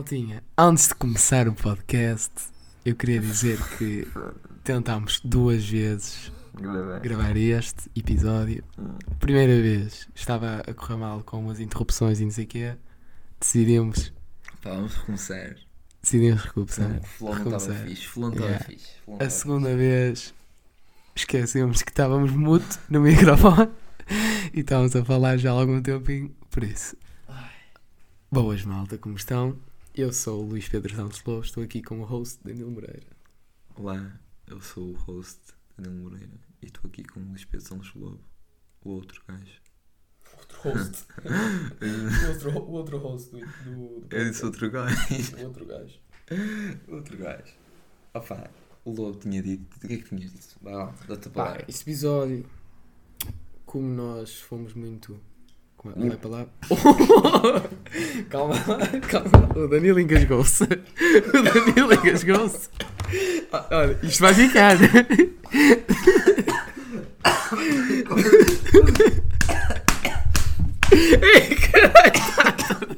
Maltinha, antes de começar o podcast, eu queria dizer que tentámos 2 vezes gravar este episódio. Primeira vez estava a correr mal com umas interrupções e não sei o quê. Decidimos Vamos recomeçar. recomeçar. O flow não estava fixe. A segunda vez esquecemos que estávamos mudo no microfone e estávamos a falar já há algum tempinho, por isso. Boas, malta, como estão? Eu sou o Luís Pedro Santos Lobo, estou aqui com o host Danilo Moreira. Olá, eu sou o host Danilo Moreira e estou aqui com o Luís Pedro Santos Lobo, o outro gajo. Outro host. o outro host do Eu disse outro gajo. O outro gajo. Outro gajo. Opa, o Lobo tinha dito. O que é que tinhas dito? Vá, dá-te a palavra. Este episódio, como nós fomos muito... Como é a palavra? Calma. O Danilo engasgou-se. Olha, isto vai ficar. Ei, caralho.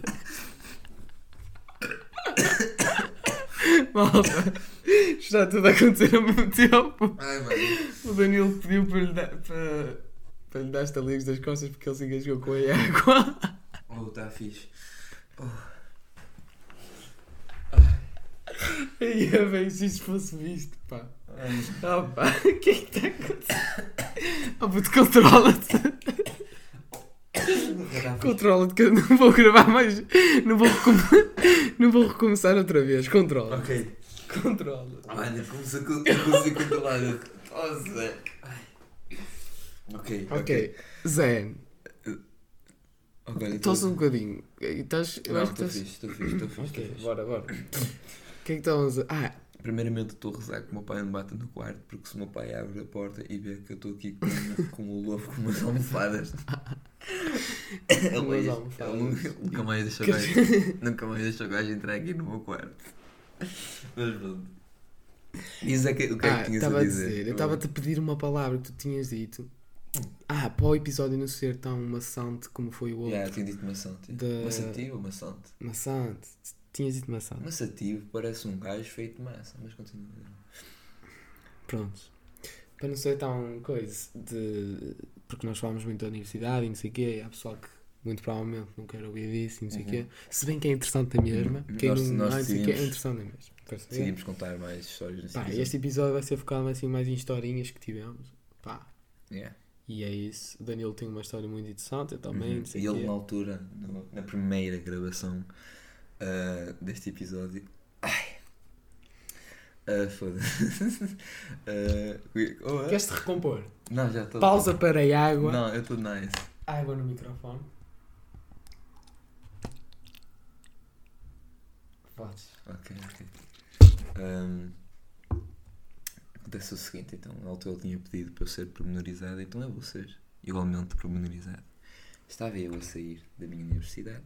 Malta, está tudo a acontecer ao mesmo tempo. Ai, mano. O Danilo pediu para lhe dar... Para lhe dar estaligos das costas porque ele se engasgou com a água. Oh, está fixe. Ai, bem, se isto fosse visto, pá. Pá, o que é que está a acontecer? Oh, puto, controla-te. Controla-te que eu não vou gravar mais. Não vou recomeçar outra vez. Controla. Ok. Controla. Olha, começou a controlar. Oh, Zé. Ok. Zen. Ok, Tosse um bocadinho. Estás... Não, estou fixe. Ok, bora. O que é que estávamos a... Primeiramente estou a rezar que o meu pai não bata no quarto, porque se o meu pai abre a porta e vê que eu estou aqui com o lobo com umas almofadas, ele nunca mais deixa o gajo entrar aqui no meu quarto. Mas pronto. Diz o que é que tinhas a dizer? Eu estava-te a pedir uma palavra que tu tinhas dito. Para o episódio não ser tão maçante como foi o outro. Tinha dito maçante. Maçativo ou maçante? Maçante. Tinhas dito maçante. Maçativo parece um gajo feito de massa, mas continua. Prontos. Para não ser tão coisa de... Porque nós falamos muito da universidade e não sei o quê, e há pessoal que muito provavelmente não quer ouvir disso e não sei o quê. Se bem que é interessante a mesma. Quem não sei o quê é interessante a mesma. Decidimos contar mais histórias nesse episódio. Este episódio vai ser focado assim, mais em historinhas que tivemos. Yeah. E é isso. O Danilo tem uma história muito interessante, eu também. E ele, na altura, na primeira gravação deste episódio. Foda-se. Queres-te recompor? Não, já estou. Pausa para a água. Não, eu estou nice. Água no microfone. Podes. Ok. Acontece o seguinte, então, na altura ele tinha pedido para eu ser pormenorizado, então eu vou ser igualmente pormenorizado. Estava eu a sair da minha universidade,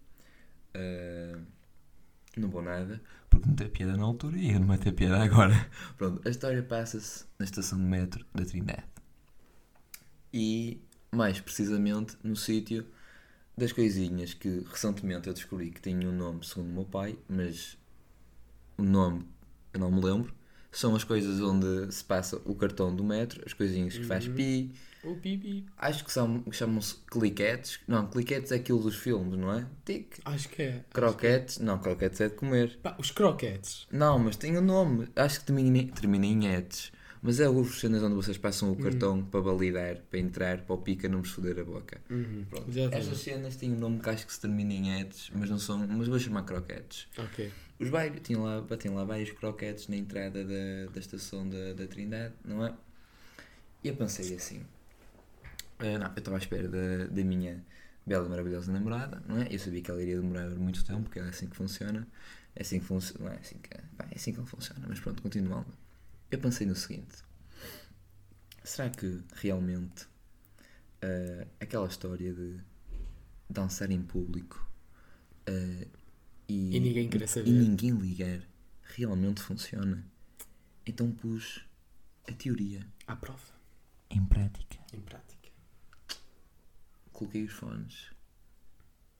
não vou nada, porque não tem piada na altura e eu não vou ter piada agora. Pronto, a história passa-se na estação de metro da Trindade. E, mais precisamente, no sítio das coisinhas que recentemente eu descobri que tinham um nome segundo o meu pai, mas o nome eu não me lembro. São as coisas onde se passa o cartão do metro, as coisinhas que faz pi. O pi. Acho que chamam-se cliquetes. Não, cliquetes é aquilo dos filmes, não é? Tic. Acho que é. Croquetes. Não, croquetes é de comer. Os croquetes. Não, mas tem um nome. Acho que termina em etes. Mas é as cenas onde vocês passam o cartão para validar, para entrar, para o pica não vos foder a boca. Pronto. Estas cenas têm um nome que acho que se termina em etes, mas não são. Mas vou chamar croquetes. Ok. Os bairros tinham lá vários croquetes na entrada da estação da Trindade, não é? E eu pensei assim, eu estava à espera da minha bela e maravilhosa namorada, não é? Eu sabia que ela iria demorar muito tempo, porque é assim que funciona, não é assim que é assim que ela funciona, mas pronto, continuando. Eu pensei no seguinte, será que realmente aquela história de dançar em público e ninguém querer saber. E ninguém ligar realmente funciona? Então pus a teoria à prova. Em prática. Em prática. Coloquei os fones.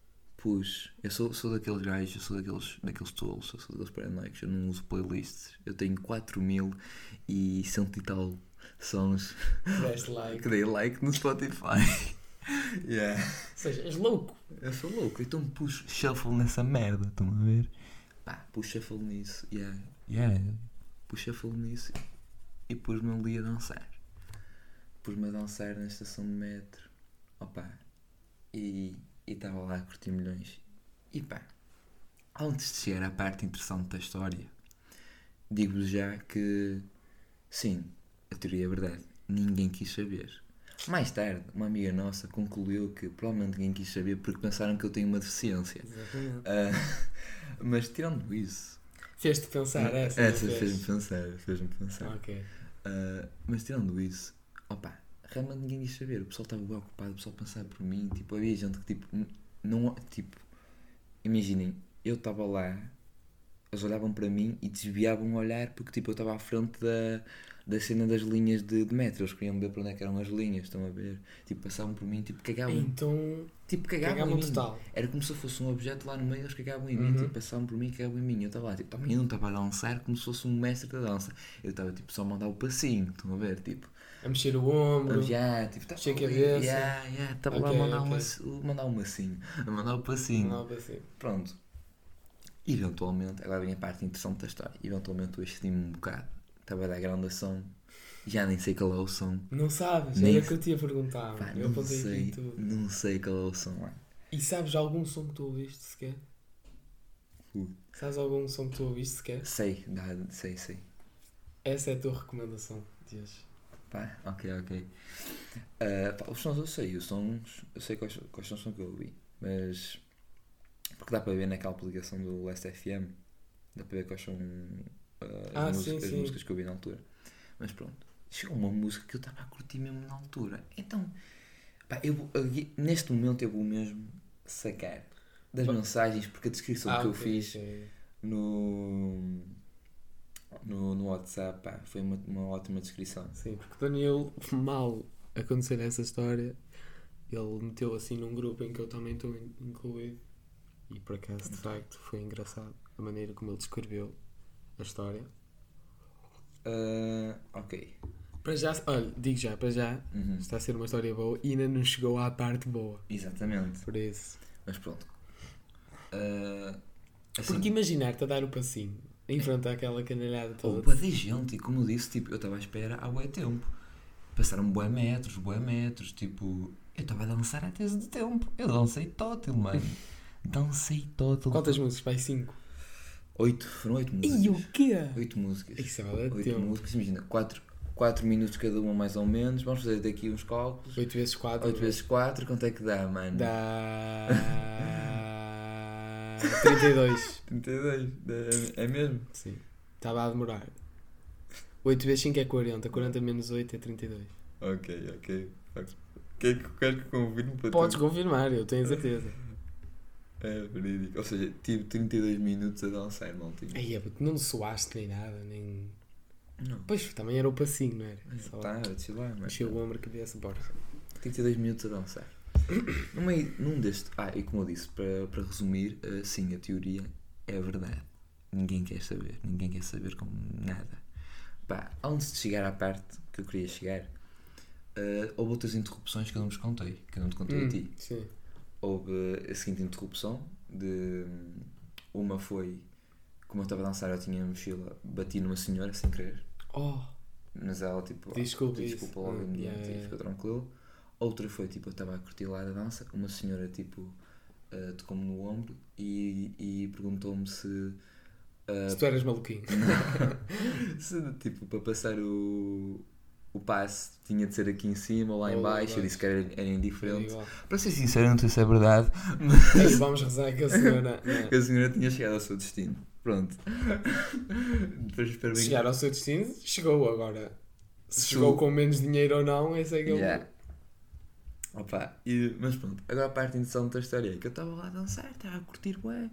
pus. Eu sou daqueles gajos, eu sou daqueles tolos, eu sou daqueles paranoicos, eu não uso playlists. Eu tenho 4.100 e tal sons Deste like. que dei like no Spotify. Yeah. Ou seja, és louco. Eu sou louco, então pus shuffle nessa merda, estão a ver? Pá, pus shuffle nisso, yeah. Pus shuffle nisso e pus-me ali a dançar. Pus-me a dançar na estação de metro. Opa, e estava lá a curtir milhões. E pá, antes de chegar à parte interessante da história, digo-vos já que, sim, a teoria é verdade. Ninguém quis saber. Mais tarde, uma amiga nossa concluiu que provavelmente ninguém quis saber porque pensaram que eu tenho uma deficiência. Exatamente. Mas tirando isso... Fez-te pensar essa? Essa fez-me pensar. Ok. Mas tirando isso, opa, realmente ninguém quis saber. O pessoal estava bem ocupado, o pessoal pensava por mim. Tipo, havia gente que tipo, não... Tipo, imaginem, eu estava lá, eles olhavam para mim e desviavam o olhar porque tipo, eu estava à frente da cena das linhas de metro. Eles queriam ver para onde é que eram as linhas, estão a ver? Tipo, passavam por mim, tipo, cagavam. Então, tipo, cagavam em mim. total. Era como se eu fosse um objeto lá no meio, eles cagavam em mim, tipo, passavam por mim e cagavam em mim. Eu estava lá, tipo, também eu não estava a dançar como se fosse um mestre da dança. Eu estava, tipo, só a mandar o passinho, estão a ver? Tipo, a mexer o ombro. já, tipo, mexer a cabeça. Estava lá a mandar o massinho, a mandar o passinho. Não, assim. Pronto. Eventualmente, agora vem a parte interessante da história. Eventualmente eu excedi-me um bocado. Estava a dar grande som. Já nem sei qual é o som. Não sabes? Nem Era o que eu te ia perguntar. Pá, Eu apontei aqui tudo. não sei qual é o som lá. E sabes algum som que tu ouviste sequer? Sabes algum som que tu ouviste sequer? Sei. Essa é a tua recomendação de hoje. Pá, ok. Pá, os sons eu sei, quais são os sons que eu ouvi. Mas, porque dá para ver naquela aplicação do Last FM, dá para ver quais são as músicas que eu ouvi na altura. Mas pronto, chegou uma música que eu estava a curtir mesmo na altura. Então, pá, neste momento eu vou mesmo sacar das mensagens, porque a descrição que eu fiz no WhatsApp, pá, foi uma ótima descrição. Sim, porque o Daniel, mal acontecer essa história, ele meteu assim num grupo em que eu também estou incluído. E por acaso, de facto, foi engraçado a maneira como ele descreveu a história. Ok. Para já, olha, digo já, está a ser uma história boa e ainda não chegou à parte boa. Exatamente. Por isso. Mas pronto. Assim, porque imaginar-te a dar o passinho em frente àquela canalhada toda. Boa de gente, e como eu disse, tipo, eu estava à espera há bué tempo. Passaram bué metros, tipo, eu estava a dançar até esse tempo. Eu dancei tótil, mano. Dancei tótil. Quantas músicas? Vai 5? 8, foram 8 músicas. E o quê? 8 músicas. Isso é verdade. 8 músicas, imagina, 4 minutos cada uma mais ou menos. Vamos fazer daqui uns cálculos. 8 vezes 4. 8 vezes 4, quanto é que dá, mano? Dá 32. 32, é mesmo? Sim. Estava a demorar. 8 vezes 5 é 40. 40 menos 8 é 32. Ok. Queres que eu confirme para Podes tu? confirmar, eu tenho certeza. É verídico. Ou seja, tive 32 minutos a dançar, não tinha. Aí, não suaste nem nada, nem... Não. Pois, também era o passinho, não era? Só Tá, deixa lá, mas... mexeu o ombro que havia essa porta. 32 minutos a dançar. Num deste... e como eu disse, para resumir, sim, a teoria é verdade. Ninguém quer saber como nada. Pá, antes de chegar à parte que eu queria chegar, houve outras interrupções que eu não vos contei, que eu não te contei a ti. Sim. Houve a seguinte interrupção, uma foi, como eu estava a dançar, eu tinha a mochila, bati numa senhora sem querer. Mas ela tipo, desculpa logo imediatamente e ficou tranquilo. Outra foi tipo, eu estava a curtir lá a dança, uma senhora tipo tocou-me no ombro e perguntou-me se tu eras maluquinho. se tipo, para passar o passe tinha de ser aqui em cima ou lá em baixo. Eu disse que era indiferente. Para ser sincero, não sei se é verdade, mas vamos rezar que a senhora que a senhora tinha chegado ao seu destino. Pronto. Depois espero bem chegar ao seu destino, chegou agora. Se chegou com menos dinheiro ou não, esse é que yeah. Mas pronto, agora a parte interessante da história é que eu estava lá a dançar, estava a curtir bué,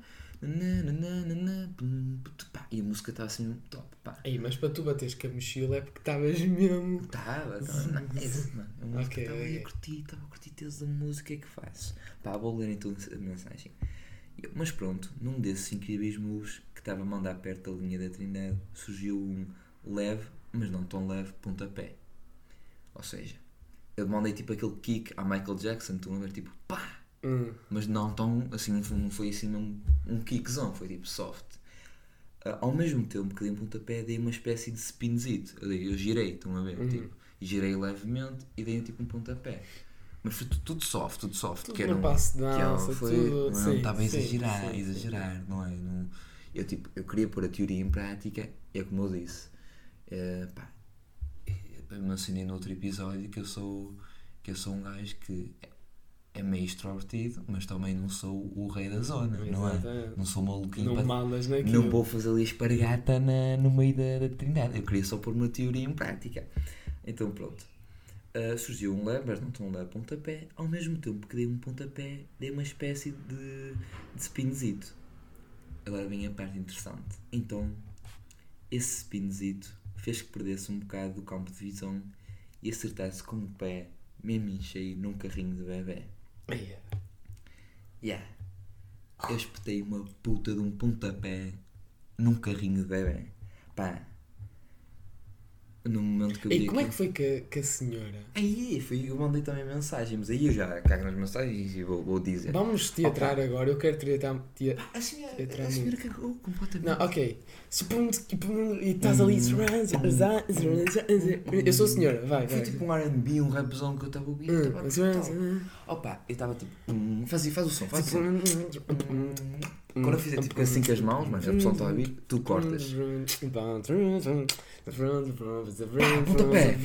e a música estava assim top, pá. Ei, mas para tu bateres com a mochila é porque estavas mesmo... Estava nice, mano. A música estava a curtir teus da música, o que é que faço? Pá, vou ler então a mensagem. Mas pronto, num desses incríveis moves que estava a mandar perto da linha da Trindade, surgiu um leve, mas não tão leve, pontapé. Ou seja, eu mandei tipo aquele kick a Michael Jackson, estão a ver, tipo pá! Mas não tão, assim, não foi assim um kickzão, foi tipo soft. Ao mesmo tempo que dei um pontapé, dei uma espécie de spinzito. Eu girei, estão a ver? Tipo, girei levemente e dei tipo um pontapé. Mas foi tudo soft. Tudo Que era no passo de dança, foi, tudo. não estava a sim, exagerar, não é? Não, eu queria pôr a teoria em prática, é como eu disse. Eu mencionei no outro episódio que eu sou um gajo que é meio extrovertido, mas também não sou o rei da zona, não é? Não sou maluquinho. Não malas naquilo. Não vou fazer ali espargata no meio da Trindade. Eu queria só pôr uma teoria em prática. Então pronto. Surgiu um leve, mas não tão leve pontapé. Ao mesmo tempo que dei um pontapé, dei uma espécie de spinzito. Agora vem a parte interessante. Então, esse spinzito fez que perdesse um bocado do campo de visão e acertasse com o pé, mesmo em cheio, num carrinho de bebê. Eu espetei uma puta de um pontapé num carrinho de bebê. Pá. No momento que eu vi como é que foi que a senhora... eu mandei também mensagem, mas aí eu já cago nas mensagens e vou dizer. Vamos teatrar agora, eu quero teatrar... A senhora cagou completamente. Não, ok. E estás ali... Eu sou a senhora, vai. Foi tipo um R&B, um rapzão que eu estava a ouvir. Eu estava tipo... Faz o som, Quando eu fizer tipo assim com as mãos, mas a pessoa está a ouvir, tu cortas. Pontapé!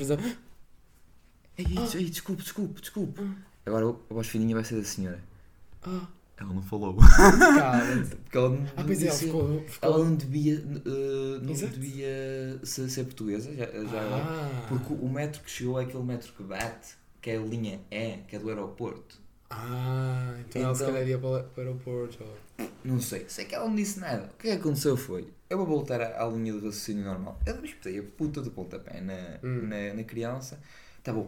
Ei, desculpe. Agora a voz fininha vai ser da senhora. Ela não falou. Porque ela não, pois é, ela não devia ser portuguesa. Porque o metro que chegou é aquele metro que bate, que é a linha E, que é do aeroporto. Então ela se calhar ia para o aeroporto. Não sei que ela não disse nada. O que aconteceu foi, eu vou voltar à linha de raciocínio normal. Eu espetei a puta do pontapé na criança. Estava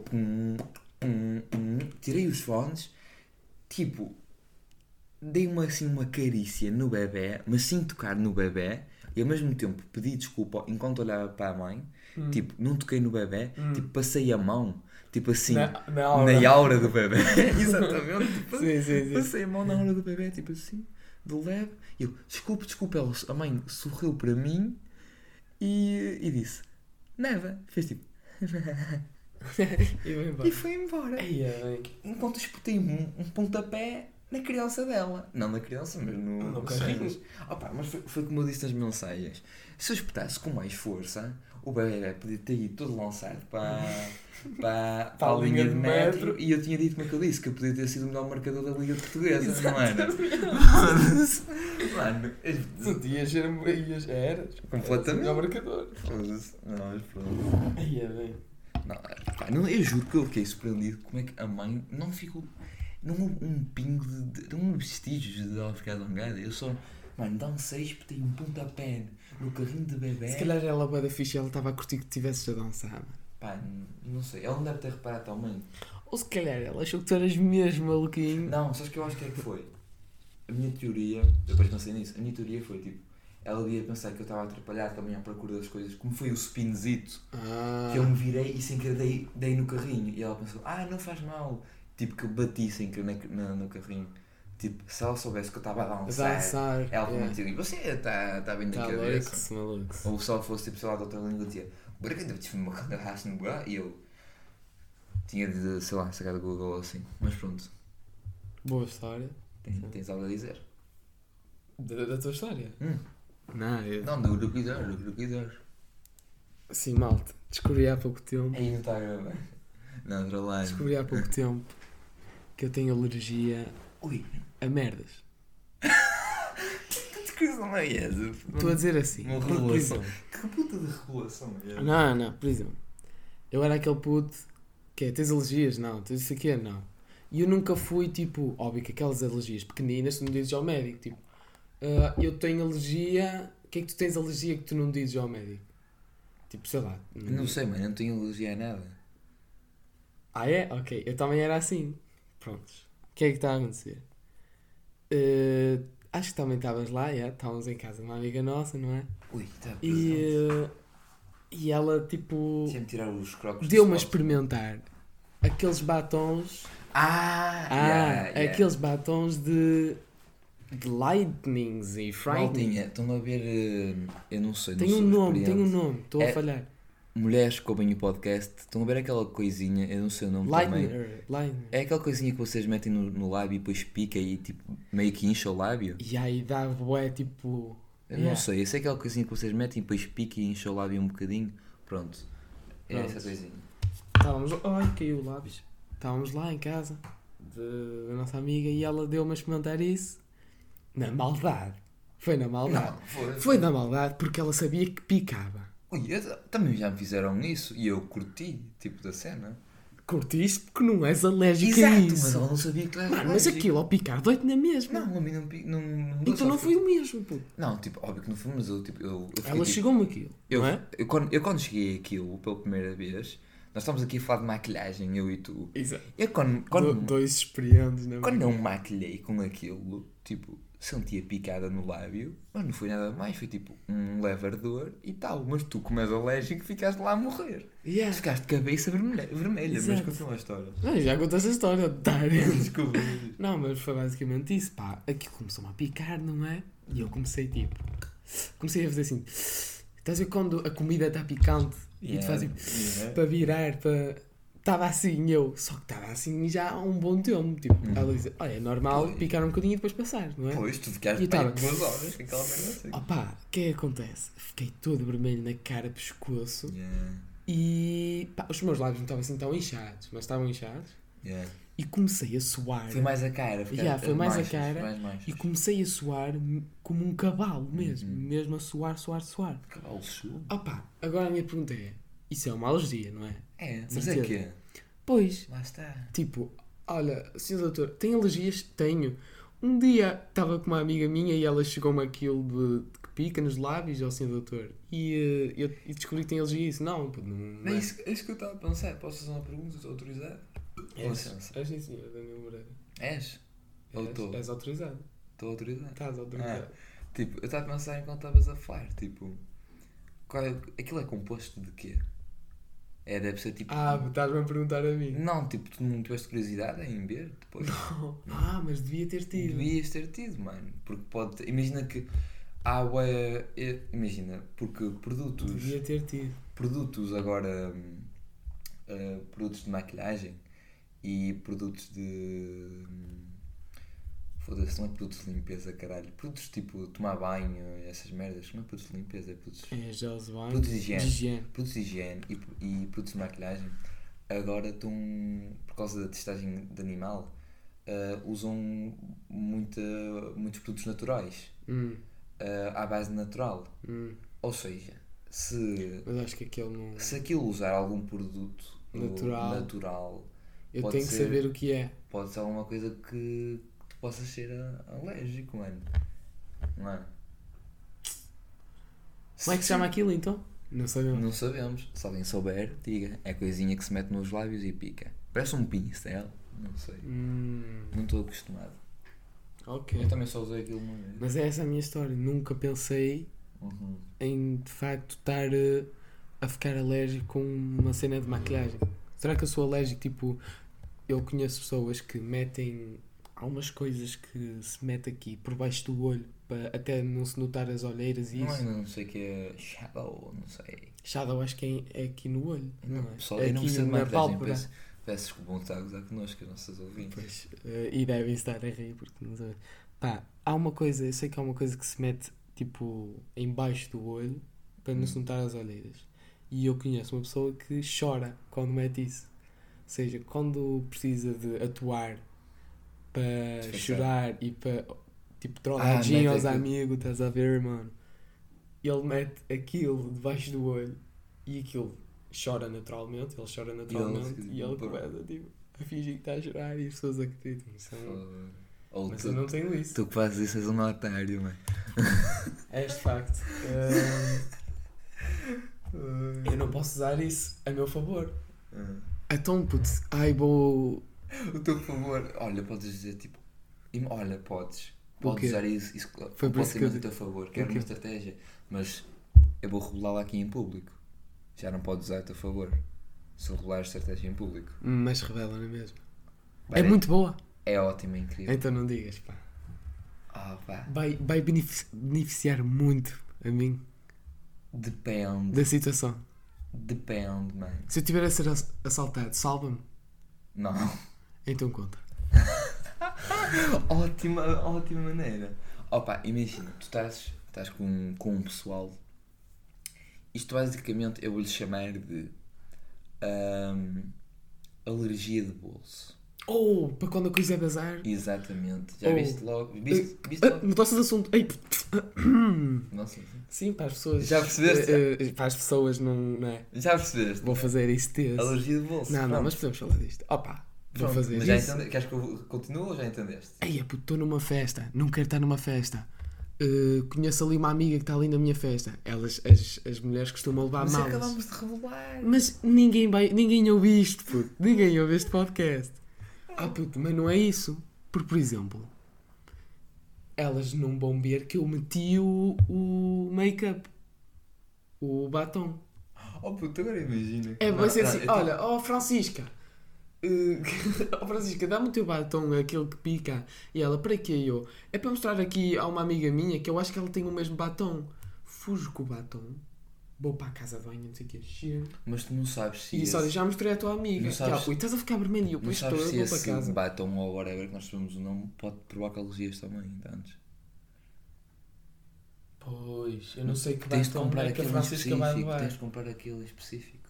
tirei os fones, tipo, dei uma carícia no bebê, mas sem tocar no bebê, e ao mesmo tempo pedi desculpa enquanto olhava para a mãe. Tipo, não toquei no bebê, tipo, passei a mão, tipo assim, na aura do bebê. Exatamente, tipo, sim. Passei a mão na aura do bebê, tipo assim, do leve. E eu, desculpe, a mãe sorriu para mim e disse, neva, fez tipo... e foi embora. Enquanto eu espetei um pontapé na criança dela. Não na criança, mas no carrinho. Mas foi como eu disse nas mensagens. Se eu espetasse com mais força, o bebê podia ter ido todo lançado para a linha de metro. E eu tinha dito como é que eu disse, que eu podia ter sido o melhor marcador da Liga Portuguesa, não era? Mano, tu ias eras completamente o melhor marcador. Não, mas pronto. Não, eu juro que eu fiquei surpreendido como é que a mãe não ficou. Não houve um pingo um vestígio de ela ficar zangada. Eu só, dancei, espetei um pontapé no carrinho de bebê. Se calhar ela bué da fixe, ela estava a curtir que estivesses a dançar. Não sei, ela não deve ter reparado também. Ou se calhar ela achou que tu eras mesmo maluquinho. Não, sabes que eu acho que é que foi? A minha teoria, depois pensei nisso, a minha teoria foi tipo, ela devia pensar que eu estava a atrapalhar também à procura das coisas, como foi o spinzito, que eu me virei e sem querer dei no carrinho, e ela pensou, não faz mal, tipo que eu bati sem querer no carrinho, tipo, se ela soubesse que eu estava a dançar, ela também tinha dito, você está bem da cabeça, ou se ela fosse tipo, sei lá, de outra língua, tinha, bora que ainda tive uma raça no lugar, e eu tinha de, sei lá, sacar do Google assim, mas pronto. Boa história. Tens algo a dizer? Da tua história? Não, do que quiseres. Sim, malta. Descobri há pouco tempo. Aí não está a gravar. Não, trabalho. Descobri há pouco tempo que eu tenho alergia a merdas. Que não é essa? Estou a dizer assim. Uma regulação. Que puta de regulação é? Não, por exemplo. Eu era aquele puto que é, tens alergias? Não. Tens isso aqui? Não. E eu nunca fui, tipo, óbvio que aquelas alergias pequeninas tu não dizes ao médico, tipo, eu tenho alergia, o que é que tu tens alergia que tu não dizes ao médico? Tipo, sei lá. Não sei, mano, eu não tenho alergia a nada. É? Ok, eu também era assim. Prontos. O que é que está a acontecer? Acho que também estavas lá, estávamos em casa de uma amiga nossa, não é? Ui, está E ela, tipo, Deixa-me tirar os crocos do deu-me a spot. experimentar aqueles batons. Aqueles batons de lightnings e frightening. Maltinha, estão a ver, eu não sei, não Tem sou um nome, experiente. estou a falhar. Mulheres que ouvem o podcast, estão a ver aquela coisinha, eu não sei o nome também. Lightning. É aquela coisinha que vocês metem no lábio e depois pica e tipo, meio que incha o lábio. E aí dá bué, tipo... Eu não sei, essa é aquela coisinha que vocês metem e depois pica e incha o lábio um bocadinho. Pronto. É Pronto. essa coisinha. Estávamos... Ai, caiu o lápis. Estávamos lá em casa da nossa amiga e ela deu-me a experimentar isso. Na maldade. Foi na maldade. Não, Foi na maldade porque ela sabia que picava. Ui, também já me fizeram isso e eu curti, tipo, da cena. Curtiste porque não és alérgico Exato, a isso. mas ela não sabia que tu eras Mano, mas alérgico. aquilo ao picar dói-te na mesma. Não, a mim não Então não foi o mesmo, puto. Não, tipo, óbvio que não foi, mas eu fiquei, Ela tipo, chegou-me aquilo, não é? eu quando cheguei aquilo pela primeira vez, nós estamos aqui a falar de maquilhagem, eu e tu. Exato. Eu quando Dois experientes, não é? Quando não maquilhei com aquilo, tipo, sentia picada no lábio, mas não foi nada mais, foi tipo um leve ardor e tal. Mas tu, como és alérgico, ficaste lá a morrer. Yeah. Ficaste de cabeça vermelha, mas Exato. continua a história. Não, já contou essa história, otário. Desculpa. Não, mas foi basicamente isso, pá. Aquilo começou-me a picar, não é? E eu comecei tipo... Comecei a fazer assim... Estás a ver quando a comida está picante e tu fazes tipo... Para virar, para... Estava assim eu, só que estava assim já há um bom tempo. Tipo, ela dizia, olha, é normal Pois. picar um bocadinho e depois passar, não é? Pois, tu ficaste E bem tava- 2 horas, aquela merda assim. Opá, o que é que acontece? Fiquei todo vermelho na cara, pescoço Yeah, e pá, os meus lábios não estavam assim tão inchados, mas estavam inchados yeah. e comecei a suar. Foi mais a cara, ficaste Foi mais a manchas, cara mais manchas. e comecei a suar como um cavalo mesmo, Uhum. mesmo a suar. Cavalo sul. Opá, agora a minha pergunta é, isso é uma alergia, não é? É, mas Certeza. é que é. Pois, Lá está. tipo, olha, senhor doutor, tem alergias? Tenho. Um dia estava com uma amiga minha e ela chegou-me aquilo de que pica nos lábios, ao senhor doutor, e eu descobri que tem alergia a isso. Não, pô, não É isso que eu estava a pensar. Posso fazer uma pergunta? Estou autorizado? Com licença. És sim, senhor, Daniel Moreira. És? Ou estou? És autorizado. Estou autorizado? Estás autorizado. Tipo, eu estava a pensar enquanto estavas a falar. Tipo, aquilo é composto de quê? Deve ser tipo. Estás-me a perguntar a mim. Não, tipo, tu não tiveste curiosidade em ver depois? Mas devia ter tido. Devias ter tido, mano. Porque pode. Imagina que. Imagina, porque Devia ter tido. produtos agora. Produtos de maquilhagem e produtos de. Foda-se, não é produtos de limpeza, caralho. Produtos tipo tomar banho, essas merdas. Não é produtos de limpeza, é produtos. É gels de banho. Produtos de higiene. higiene. Produtos de higiene e produtos de maquilhagem agora estão, por causa da testagem de animal, usam muitos produtos naturais à base natural. Ou seja, Mas acho que aquele não... se aquilo usar algum produto natural Eu pode tenho que ser- saber o que é. pode ser alguma coisa que tu possas ser alérgico, mano. Não é? Como é que se chama aquilo então? Não sabemos. Não sabemos. Se alguém souber, diga. É coisinha que se mete nos lábios e pica. Parece um pincel. Não sei. Não estou acostumado. Ok. Eu também só usei aquilo uma vez. Mas é essa a minha história. Nunca pensei Uhum. em de facto estar a ficar alérgico com uma cena de maquilhagem. Será que eu sou alérgico? Tipo, eu conheço pessoas que metem algumas coisas que se mete aqui por baixo do olho para até não se notar as olheiras e isso. Não sei o que é shadow, não sei. Shadow acho que é aqui no olho, não é? Pessoal, É eu não aqui percebo de na maquilhagem, pálpebra. peço desculpa, vão estar a gozar connosco, os nossos ouvintes. Pois, e devem estar a rir porque não sabem. Pá, há uma coisa, eu sei que há uma coisa que se mete tipo em baixo do olho para não se notar as olheiras. E eu conheço uma pessoa que chora quando mete isso. Ou seja, quando precisa de atuar para Descansar. chorar e para tipo mete trolladinho aos aquilo. amigos, estás a ver, mano? Ele mete aquilo debaixo do olho e aquilo chora naturalmente, ele chora naturalmente e ele começa tipo, a fingir que está a chorar e as pessoas acreditam. Isso é Ou mas eu não tenho isso. tu que fazes isso és um otário, mano. É este facto. Eu não posso usar isso a meu favor. Então, putz, vou. O teu favor, olha, podes dizer tipo, olha, podes. Podes usar isso Foi por isso que eu completamente a teu favor, que era uma estratégia. Mas eu vou revelá-la aqui em público. Já não podes usar a teu favor. Se revelar a estratégia em público. Mas revela, não é mesmo? Vai, É muito boa. É ótimo, é incrível. Então não digas, pá. Pá. Vai beneficiar muito a mim Depende. da situação. Depende, mano. Se eu estiver a ser assaltado, salva-me. Não. Então conta. ótima maneira. Opa, imagina, tu estás com um pessoal. Isto basicamente eu vou-lhe chamar de alergia de bolso. Para quando eu quiser bazar. Exatamente. Já viste logo? Viste logo? Mudaste de assunto. Ei. Nossa. Sim, para as pessoas. Já percebeste? Para as pessoas não é? Já percebeste? Vou fazer isto desse. Alergia de bolso. Não, mas podemos falar disto. Vou fazer mas isso. Já entendeste? Queres que eu continue ou já entendeste? Ei, puto, estou numa festa. Não quero estar numa festa. Conheço ali uma amiga que está ali na minha festa. Elas, as mulheres costumam levar Mas malas. acabámos de revelar. Mas ninguém ouve isto, puto. Ninguém ouve este podcast. Puto, mas não é isso. Porque, por exemplo, elas não vão ver que eu meti o make-up. O batom. Puto, agora imagina. Vai ser assim, olha, Francisca. Francisca, dá-me o teu batom, aquele que pica. E ela, para quê? Eu? É para mostrar aqui a uma amiga minha que eu acho que ela tem o mesmo batom. Fujo com o batom. Vou para a casa de banho, não sei o que, chego. Mas tu não sabes se. E disse, olha, já mostrei à tua amiga. Não sabes... estás a ficar vermelho. E eu, não pois sabes estou, se eu vou para esse casa. batom ou whatever que nós sabemos o nome pode provocar alergias também, antes. Pois, eu não sei que tens de batom comprar é que a aquele Francisca vai específico. levar. Tens de comprar aquele específico.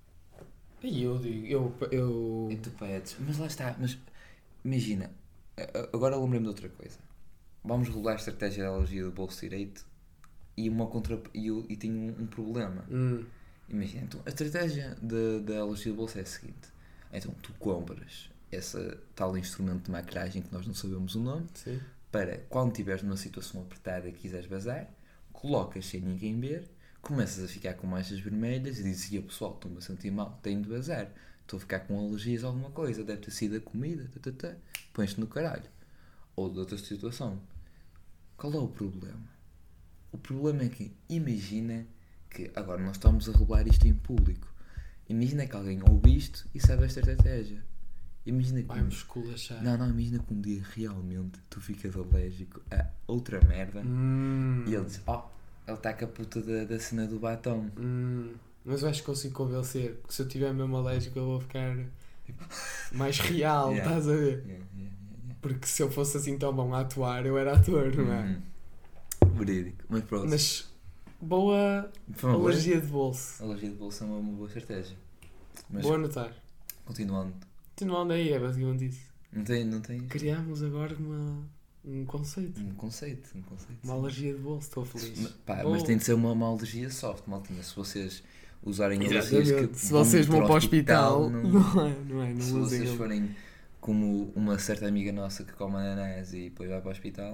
E eu digo, eu... E tu pedes. Mas lá está. Mas imagina, agora lembrei-me de outra coisa. Vamos regular a estratégia da alergia do bolso direito e tenho um problema. Imagina, então, a estratégia da alergia do bolso é a seguinte. Então, tu compras esse tal instrumento de maquilhagem que nós não sabemos o nome. Sim. Para quando estiveres numa situação apertada e quiseres bazar, colocas sem ninguém ver, começas a ficar com manchas vermelhas e dizes, pessoal, estou-me a sentir mal, tenho de bazar, estou a ficar com alergias a alguma coisa, deve ter sido a comida, pões-te no caralho. Ou de outra situação. Qual é o problema? O problema é que, imagina que agora nós estamos a revelar isto em público. Imagina que alguém ouve isto e sabe esta estratégia. Imagina que vai-me esculachar. Não, imagina que um dia realmente tu ficas alérgico a outra merda e ele diz, ele está com a puta da cena do batom. Mas eu acho que consigo convencer que se eu tiver mesmo alérgico eu vou ficar mais real, estás a ver? Yeah. Porque se eu fosse assim tão bom a atuar, eu era ator, não é? Verídico. Mas pronto. Mas boa alergia de bolso. Alergia de bolso é uma boa estratégia. Mas, boa anotar. Continuando. Continuando aí, é basicamente isso. Não tem. Criámos agora um conceito. Um conceito. Uma alergia de bolso, estou feliz. Mas tem de ser uma alergia soft, maltinha. Se vocês usarem alergias que se vocês vão para o hospital, não se usem. Vocês forem como uma certa amiga nossa que come ananás e depois vai para o hospital,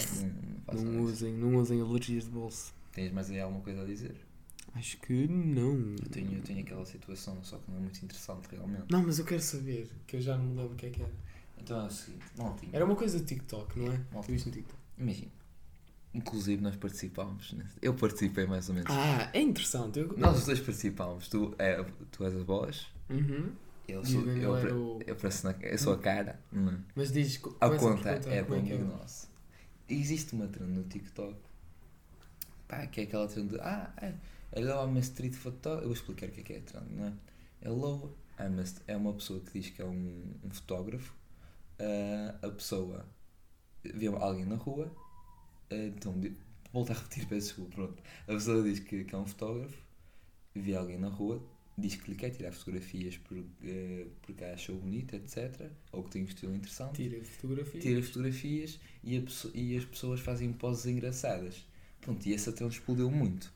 não usem alergias de bolso. Tens mais aí alguma coisa a dizer? Acho que não. Eu tenho aquela situação, só que não é muito interessante realmente. Não, mas eu quero saber, que eu já não me lembro o que era. Então é o seguinte, maltinha. Era uma coisa de TikTok, não é? Tu viste no TikTok? Imagina. Inclusive nós participámos. Eu participei mais ou menos. É interessante. Nós os dois participámos. Tu és a voz. Eu sou a cara. Mas diz... A conta é do amigo nosso. Existe uma trend no TikTok. Que é aquela trend de... Hello, I'm a street photographer. Eu vou explicar o que é a trend, não é? Hello, é uma pessoa que diz que é um fotógrafo. A pessoa vê alguém na rua. Então, volto a repetir, peço desculpa, pronto. A pessoa diz que é um fotógrafo, vê alguém na rua, diz que lhe quer tirar fotografias porque a achou bonita, etc. Ou que tem um estilo interessante. Tira fotografias e as pessoas fazem poses engraçadas. Pronto, e essa trend explodiu muito.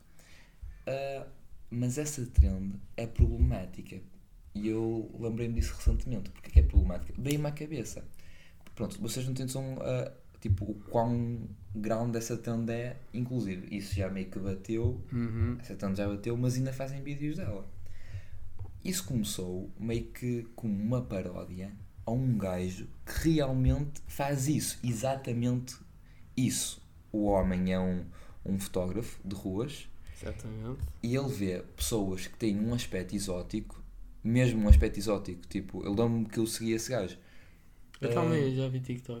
Mas essa trend é problemática. E eu lembrei-me disso recentemente. Porque é que é problemática? Veio-me à cabeça. Pronto, vocês não têm noção o quão grande essa trend é. Inclusive, isso já meio que bateu. Essa trend já bateu, mas ainda fazem vídeos dela. Isso começou meio que como uma paródia a um gajo que realmente faz isso. Exatamente isso, o homem é um fotógrafo de ruas Exatamente. e ele vê pessoas que têm um aspecto exótico, mesmo um aspecto exótico, tipo, eu lembro-me que eu seguia esse gajo. Eu também já vi TikTok.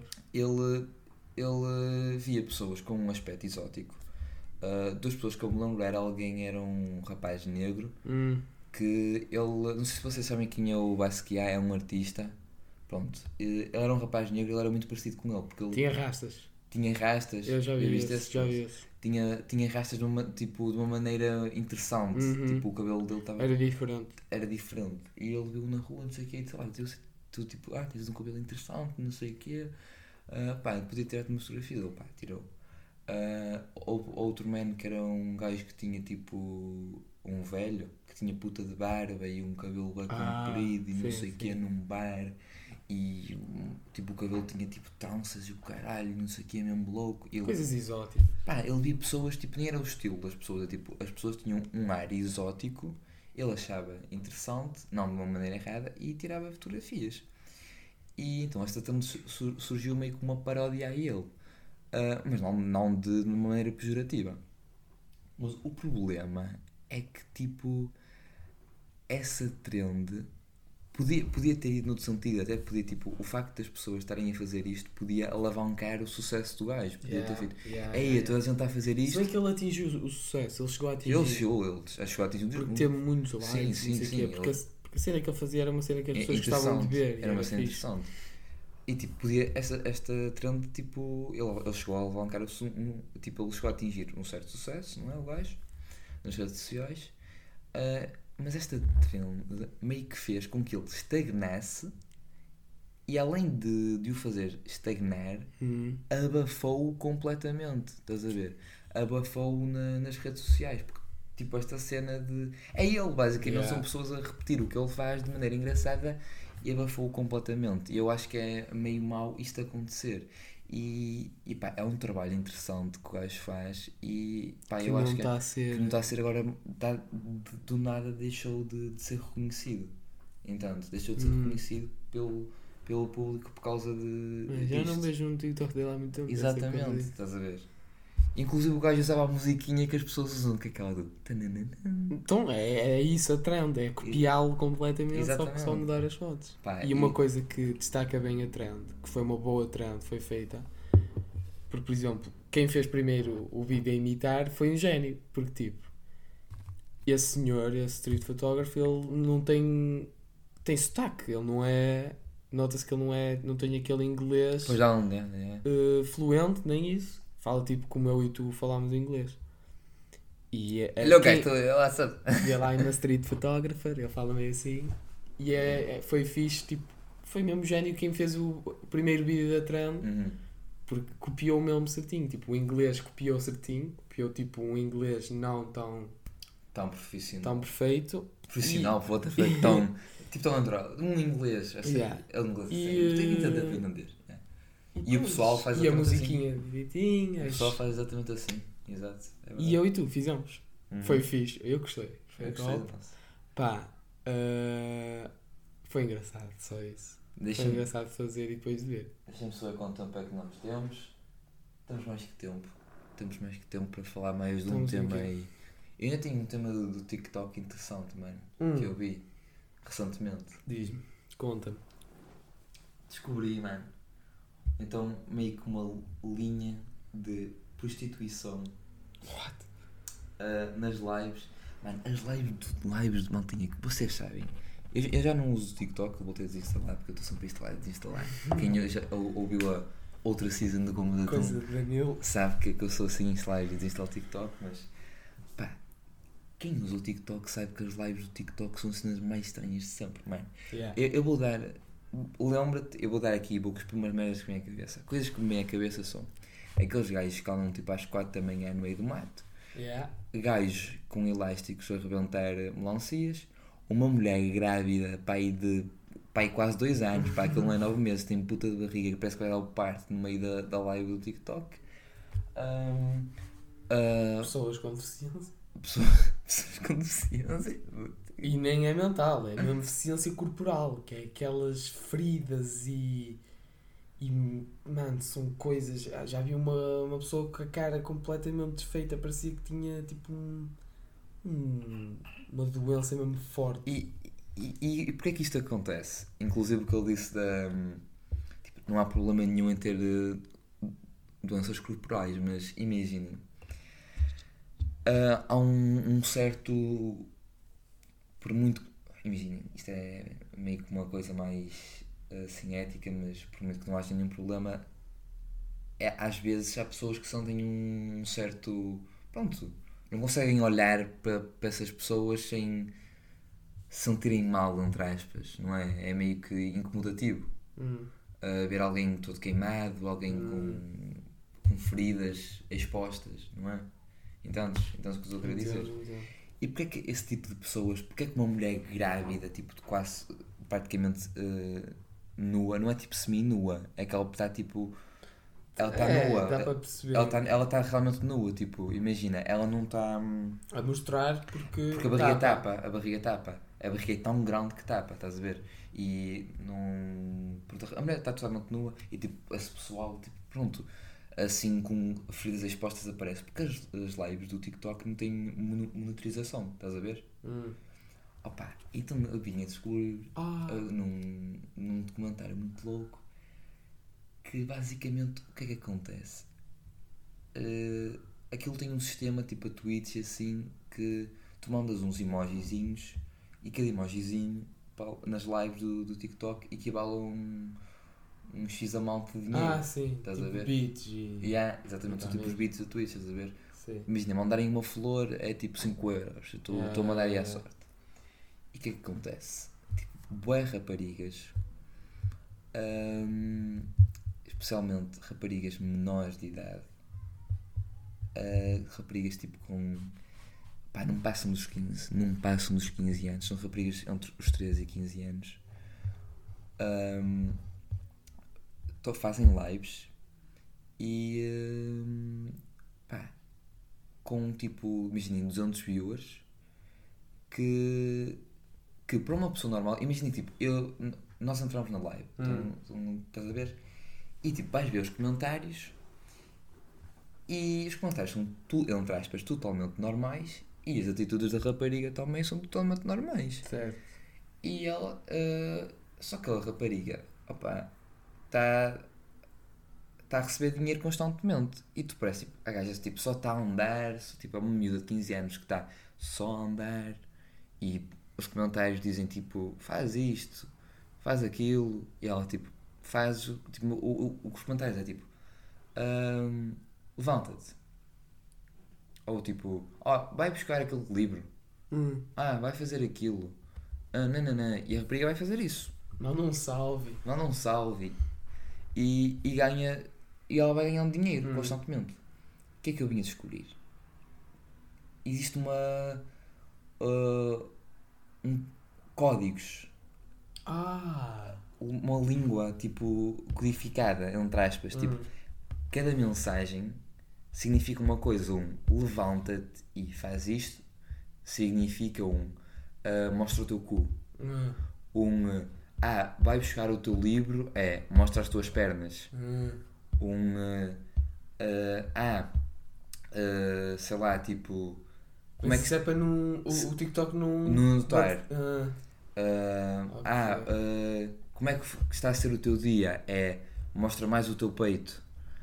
Ele via pessoas com um aspecto exótico. Duas pessoas que eu me lembro era um rapaz negro que ele, não sei se vocês sabem quem é o Basquiat, é um artista. Pronto, ele era um rapaz negro, ele era muito parecido com ele porque ele Tinha rastas. tinha rastas. Eu já vi viste esse, já vi esse. Tinha rastas de uma maneira interessante. Tipo, o cabelo dele estava Era diferente. e ele viu na rua, não sei o que, sei lá, tu tipo, tens um cabelo interessante, não sei o que. Pá, podia tirar-te uma fotografia dele, pá, tirou. Outro man que era um gajo que tinha tipo um velho que tinha puta de barba e um cabelo bem comprido e não sei o que num bar e tipo o cabelo tinha tipo tranças e o caralho, não sei o que, mesmo louco. Coisas exóticas. Pá, ele via pessoas, tipo, nem era o estilo das pessoas, tipo, as pessoas tinham um ar exótico, ele achava interessante, não de uma maneira errada, e tirava fotografias. E então esta trend surgiu meio como uma paródia a ele. Mas não de uma maneira pejorativa. Mas o problema é que, tipo, essa trend podia ter ido noutro sentido, até podia, tipo, o facto das pessoas estarem a fazer isto podia alavancar o sucesso do gajo. Podia ter feito, toda a gente está a fazer isto. Se bem que ele atingiu o sucesso, ele chegou a atingir. Ele chegou a atingir. Porque teve muitos likes, sim. Porque a cena que ele fazia era uma cena que as pessoas gostavam de ver. Era uma cena interessante. E tipo, podia, esta trend, tipo, ele chegou a alavancar tipo, ele chegou a atingir um certo sucesso, não é, o gajo, nas redes sociais, mas esta trend meio que fez com que ele estagnasse e além de o fazer estagnar, abafou-o completamente, estás a ver? Abafou-o nas redes sociais, porque tipo, esta cena de... É ele, basicamente, são pessoas a repetir o que ele faz de maneira engraçada e abafou-o completamente. E eu acho que é meio mau isto acontecer. E pá, é um trabalho interessante que o gajo faz e pá, eu acho que não está a ser agora, do nada deixou de ser reconhecido. Entanto, deixou de ser reconhecido pelo público por causa de... Já não vejo um TikTok dele há muito tempo. Exatamente, estás a ver? Inclusive o gajo usava a musiquinha que as pessoas usam, que é aquela do... Então é isso a trend, é copiá-lo completamente, só mudar as fotos. Pá, e uma coisa que destaca bem a trend, que foi uma boa trend, foi feita, porque por exemplo, quem fez primeiro o vídeo a imitar foi um gênio, porque tipo, esse senhor, esse street photographer, ele não tem sotaque, ele não é... Nota-se que ele não tem aquele inglês fluente, nem isso. Fala tipo como eu e tu falámos inglês. E é lá na Street Photographer, ele fala meio assim. E foi fixe, tipo, foi mesmo gênio quem fez o primeiro vídeo da trend, porque copiou mesmo certinho. Tipo, o inglês copiou certinho, copiou tipo um inglês não tão profissional. Tão perfeito. Profissional, tão natural. Um inglês, assim. É um inglês assim. Tem que entender finlandês. E o pessoal faz exatamente assim. E a musiquinha direitinha. O pessoal faz exatamente assim. Exato. E eu e tu fizemos. Foi fixe. Eu gostei. Foi top. Pá. Foi engraçado, só isso. Foi engraçado fazer e depois de ver. Deixa-me saber quanto tempo é que nós temos. Temos mais que tempo. Temos mais que tempo para falar mais de um tema aí. Eu ainda tenho um tema do TikTok interessante, mano. Que eu vi recentemente. Diz-me. Conta-me. Descobri, mano. Então, meio que uma linha de prostituição nas lives. Mano, as lives de maltinha que vocês sabem. Eu já não uso o TikTok, eu voltei a desinstalar porque eu estou sempre a instalar e desinstalar. Quem já ouviu a outra season do Como da Coisa de Danilo sabe que eu sou assim em lives e desinstalo o TikTok, mas pá, quem usa o TikTok sabe que as lives do TikTok são as cenas mais estranhas de sempre, mano. Eu vou dar... Lembra-te, eu vou dar aqui, vou cuspir umas merdas que me vêm à cabeça. Coisas que me vêm à cabeça são aqueles gajos que andam tipo às 4 da manhã no meio do mato, gajos com elásticos a rebentar melancias, uma mulher grávida, pai quase 2 anos, pá, aquele não é 9 meses, tem puta de barriga que parece que vai dar o parto no meio da live do TikTok. Pessoas com deficiência. Pessoas com deficiência. E nem é mental, é mesmo deficiência corporal, que é aquelas feridas e E, mano, são coisas. Já vi uma pessoa com a cara completamente desfeita, parecia que tinha tipo uma doença mesmo forte. E porquê é que isto acontece? Inclusive o que ele disse da. Tipo, não há problema nenhum em ter doenças corporais, mas imaginem. Há um certo. Por muito. Imaginem, isto é meio que uma coisa mais assim ética, mas por muito que não haja nenhum problema, às vezes há pessoas que só têm um certo. Pronto, não conseguem olhar para essas pessoas sem se sentirem mal, entre aspas, não é? É meio que incomodativo. Ver alguém todo queimado, alguém com feridas expostas, não é? Entendes o que eu estou a querer dizer? Entendo. E porquê é que esse tipo de pessoas, porquê é que uma mulher grávida, tipo, de quase praticamente nua, não é tipo semi-nua, é que ela está tipo. Ela está nua. Dá para perceber. Ela tá realmente nua, tipo, imagina, ela não está. A mostrar porque. Porque a barriga tapa, a barriga tapa. A barriga é tão grande que tapa, estás a ver? E não. A mulher está totalmente nua e tipo, esse pessoal, tipo, pronto, assim com feridas expostas aparece. Porque as lives do TikTok não têm monitorização, estás a ver? Opa, então eu vinha descobrir num documentário muito louco que basicamente o que é que acontece? Aquilo tem um sistema tipo a Twitch assim que tu mandas uns emojizinhos e cada emojizinho nas lives do TikTok equivale a um X amount de dinheiro. Sim, Estás tipo a ver? beats e. Exatamente, são tipo os beats da Twitch, estás a ver? Sim. Imagina, mandarem uma flor é tipo 5€. Estou a mandar aí à sorte. E o que é que acontece? Tipo, bué raparigas, especialmente raparigas menores de idade, raparigas tipo com. Pá, não passam dos 15, não passam dos 15 anos, são raparigas entre os 13 e 15 anos. Fazem lives e pá, com tipo, imaginem 200 viewers que para uma pessoa normal, imaginem tipo, nós entramos na live, então, estás a ver? E tipo, vais ver os comentários e os comentários são, entre aspas, totalmente normais e as atitudes da rapariga também são totalmente normais. Certo. E ela, só que a rapariga, opa, está a receber dinheiro constantemente e tu parece, tipo, a gaja tipo, só está a andar, tipo, é uma miúda de 15 anos que está só a andar e os comentários dizem tipo, faz isto, faz aquilo e ela tipo, faz, tipo, o que os comentários é tipo, levanta-te, ou tipo, vai buscar aquele livro, vai fazer aquilo, não, e a rapariga vai fazer isso. Manda um salve. Manda um salve e ganha, e ela vai ganhando dinheiro constantemente. O que é que eu vim a descobrir? Existe códigos, uma língua tipo codificada, entre aspas, tipo, cada mensagem significa uma coisa. Levanta-te e faz isto significa mostra o teu cu. Vai buscar o teu livro mostra as tuas pernas. Sei lá, tipo, como é que se é para o TikTok não notar? Okay. Como é que está a ser o teu dia? Mostra mais o teu peito.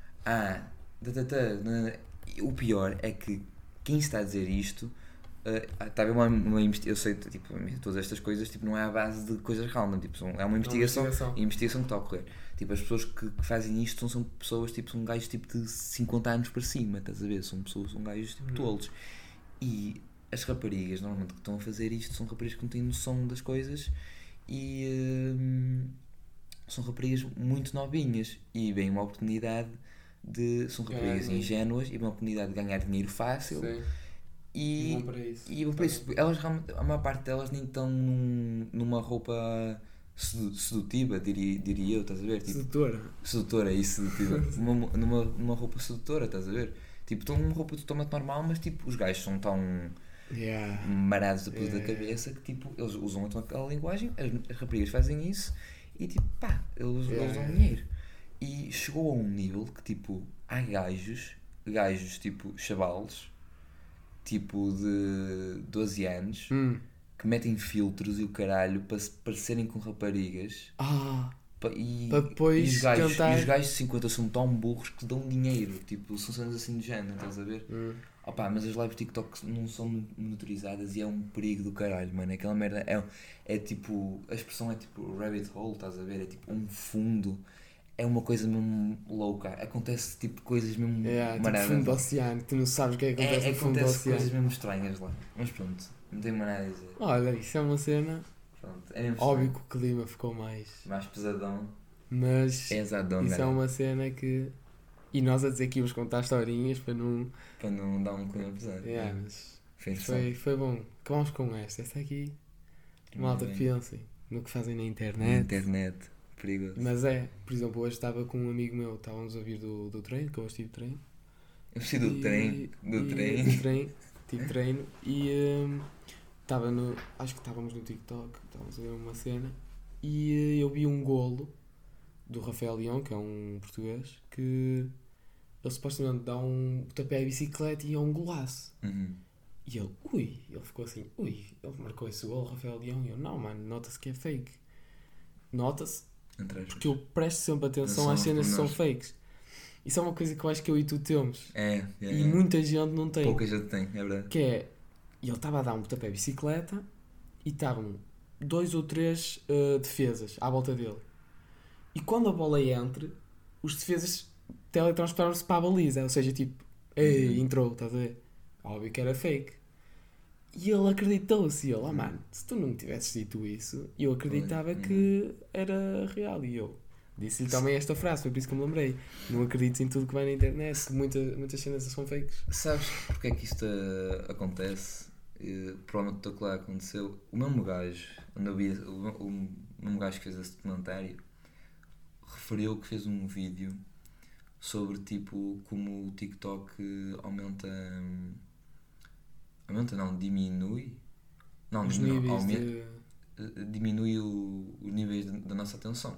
O pior é que quem está a dizer isto está a ver uma eu sei, tipo, todas estas coisas tipo, não é à base de coisas random, tipo, é uma investigação que está a ocorrer. Tipo, as pessoas que fazem isto são pessoas, tipo, são gajos tipo, de 50 anos para cima, estás a ver? São gajos tipo, tolos. E as raparigas normalmente que estão a fazer isto são raparigas que não têm noção das coisas e são raparigas muito novinhas e vêm uma oportunidade são raparigas ingênuas e vêm uma oportunidade de ganhar dinheiro fácil. Sim. E vão para isso. Elas, a maior parte delas nem estão numa roupa sedutiva, diria eu, estás a ver? Tipo, sedutora, isso, sedutiva. numa roupa sedutora, estás a ver? Tipo, estão numa roupa totalmente normal, mas tipo, os gajos são tão marados da cabeça que tipo, eles usam então aquela linguagem, as raparigas fazem isso e tipo, eles dão dinheiro. E chegou a um nível que, tipo, há gajos, tipo, chavalos, tipo, de 12 anos, que metem filtros e o caralho para se parecerem com raparigas. Para depois e os cantar. gajos de 50 são tão burros que dão dinheiro, tipo, são cenas assim de género, estás a ver? Opa, mas as lives TikTok não são monitorizadas e é um perigo do caralho, mano. Aquela merda é tipo, a expressão é tipo rabbit hole, estás a ver? É tipo um fundo, é uma coisa mesmo louca. Acontece tipo coisas mesmo Tipo fundo do oceano, tu não sabes o que é que acontece no fundo do acontece oceano. coisas mesmo estranhas lá, mas pronto, não tenho mais nada a dizer. Olha, isso é uma cena. Pronto, é mesmo Óbvio que o clima ficou mais pesadão. Mas Pesadão, isso é uma cena que. E nós a dizer que íamos contar historinhas para não dar um clima pesado. Mas foi bom. Acabamos com esta aqui. Malta, pensem no que fazem na internet. Perigoso. Mas por exemplo, hoje estava com um amigo meu, estávamos a vir do treino, que eu hoje tive treino. Eu preciso do treino. Tive treino e estava no. Acho que estávamos no TikTok, estávamos a ver uma cena e eu vi um golo do Rafael Leão, que é um português, que ele supostamente dá um tapé à bicicleta e é um golaço. E ele ficou assim, ele marcou esse gol, Rafael Leão, e eu, não, mano, nota-se que é fake. Nota-se, porque eu presto sempre atenção às cenas que são fakes. Isso é uma coisa que eu acho que eu e tu temos. E muita gente não tem. Pouca gente tem, é verdade. Que é, ele estava a dar um tapé à bicicleta e estavam 2 ou 3 defesas à volta dele. E quando a bola entra, os defesas teletransportaram-se para a baliza. Ou seja, tipo, entrou, estás a ver? Óbvio que era fake. E ele acreditou-se. E ele, mano, se tu não me tivesses dito isso, eu acreditava que era real. E eu disse-lhe também esta frase, foi por isso que eu me lembrei. Não acredites em tudo que vai na internet, que muitas cenas são fakes. Sabes porque é que isto acontece? Provavelmente estou claro que aconteceu. O mesmo gajo, onde eu vi, o mesmo gajo que fez esse documentário, referiu que fez um vídeo sobre tipo como o TikTok diminui os níveis diminui os níveis da nossa atenção.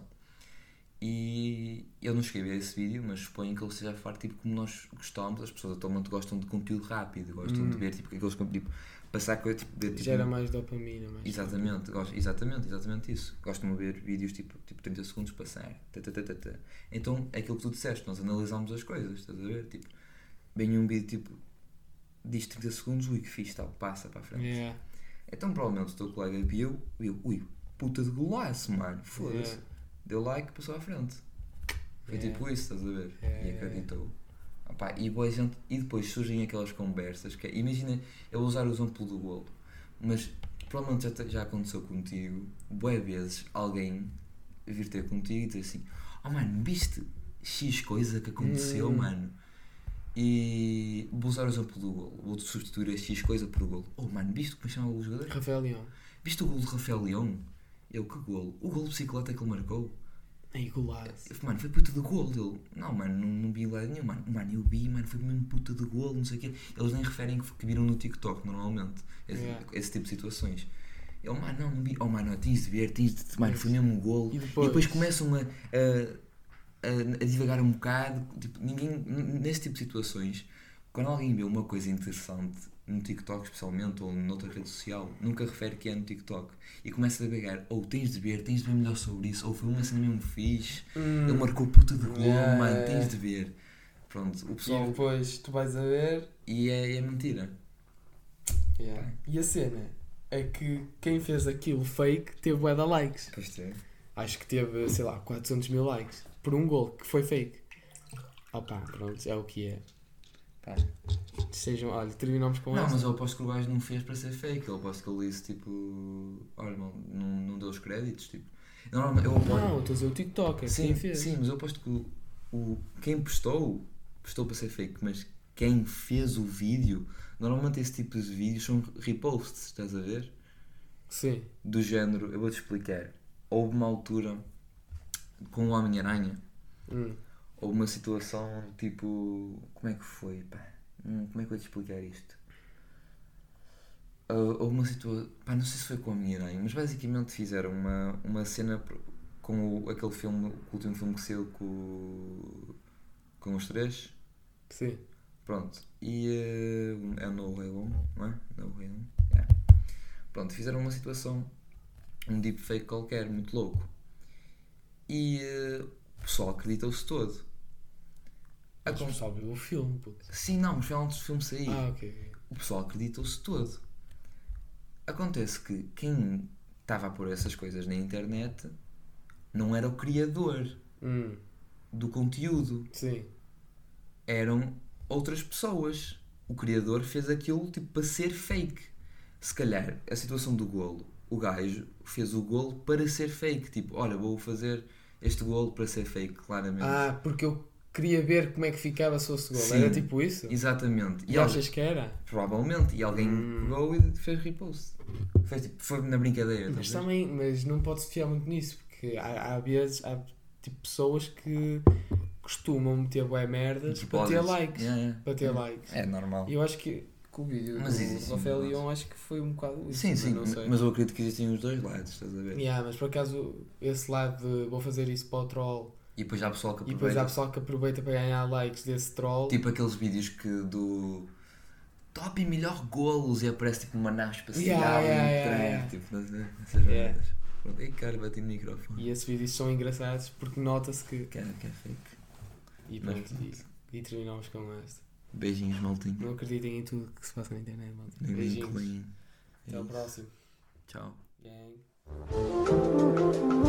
E eu não cheguei a ver esse vídeo, mas suponho que ele seja a falar tipo como nós gostamos. As pessoas atualmente gostam de conteúdo rápido, gostam de ver tipo aqueles tipo passar coisa tipo gera mais dopamina, mais exatamente isso. Gostam de ver vídeos tipo 30 segundos passar. Então é aquilo que tu disseste, nós analisamos as coisas, estás a ver? Tipo, vem um vídeo tipo diz 30 segundos, que fixe, tal, passa para a frente. Então provavelmente o teu colega viu, puta de golaço, mano, foda-se. Deu like e passou à frente. Foi tipo isso, estás a ver? E acreditou. E depois surgem aquelas conversas que imagina, eu vou usar o exemplo do golo, mas provavelmente já aconteceu contigo bué vezes alguém vir ter contigo e dizer assim, mano, viste X coisa que aconteceu, mano? E vou usar o exemplo do golo, vou substituir a X coisa por golo. Mano, viste como chama o jogador? Rafael Leão. Viste o golo de Rafael Leão? Que golo? O golo de bicicleta que ele marcou? Golaço. Mano, foi puta de golo. Ele, não, mano, não vi lá nenhum, mano. Mano, eu vi, mano, foi mesmo puta de golo, não sei o quê. Eles nem referem que viram no TikTok, normalmente. Esse tipo de situações. Ele, mano, não vi. Mano, tens de ver, mano, foi mesmo um golo. E depois começam a divagar um bocado. Tipo, ninguém, nesse tipo de situações, quando alguém vê uma coisa interessante, no TikTok especialmente, ou noutra rede social, nunca refere que é no TikTok. E começa a divagar, tens de ver melhor sobre isso, ou foi uma cena mesmo fixe, ele marcou puta de gol, mano, tens de ver. Pronto, o pessoal... E depois tu vais a ver... E é mentira. E a cena é que quem fez aquilo fake teve bué de likes. Pois teve. Acho que teve, sei lá, 400 mil likes por um gol que foi fake. Pronto, é o que é. Olha, terminamos com essa. Não, mas eu aposto que o gajo não fez para ser fake. Eu aposto que ele disse tipo, olha, não deu os créditos. Tipo. Não, estou a dizer o TikTok, quem fez. Sim, mas eu aposto que quem postou para ser fake, mas quem fez o vídeo, normalmente esse tipo de vídeos são reposts, estás a ver? Sim. Do género, eu vou-te explicar. Houve uma altura com o Homem-Aranha. Houve uma situação tipo... Como é que foi? Como é que eu vou te explicar isto? Houve uma situação... não sei se foi com a Homem-Aranha, mas basicamente fizeram uma cena com aquele filme, o último filme que saiu com os três. Sim. Pronto. E é o No Way Home, não é? No Way Home. Yeah. Pronto, fizeram uma situação, um deepfake qualquer, muito louco. E o pessoal acreditou-se todo. Mas o pessoal viu o filme, puto. Sim, não, mas foi antes do filme sair. Ok. O pessoal acreditou-se todo. Acontece que quem estava a pôr essas coisas na internet não era o criador do conteúdo. Sim. Eram outras pessoas. O criador fez aquilo tipo para ser fake. Se calhar a situação do golo, o gajo fez o golo para ser fake. Tipo, olha, vou fazer este golo para ser fake, claramente. Ah, porque eu queria ver como é que ficava se fosse golo. Sim, Era tipo isso? Exatamente. E achas que era? Provavelmente. E alguém pegou e fez repost. Foi na brincadeira. Mas também, mas não pode-se fiar muito nisso, porque há vezes, há tipo pessoas que costumam meter bué merdas Tipo, para ter likes. Yeah. Para ter likes. É normal. E eu acho que o vídeo Mas do existe Rafael um Leão acho que foi um bocado isso. Sim, Não sei. mas eu acredito que existem os dois lados, estás a ver? Yeah, mas por acaso esse lado de vou fazer isso para o troll E depois há pessoal que e aproveita. depois há pessoal que aproveita para ganhar likes desse troll. Tipo aqueles vídeos que do top e melhor golos e aparece tipo uma nave espacial Yeah. tipo, essas merdas. Pronto, e cara, bati no microfone. E esses vídeos são engraçados porque nota-se que. Que é fake. E Mas pronto, e terminamos com esta. Beijinhos, maltinho. Não acreditem em tudo que se passa na internet, maltinho. Nem Beijinhos. clean. Até ao próximo. Tchau. Gang.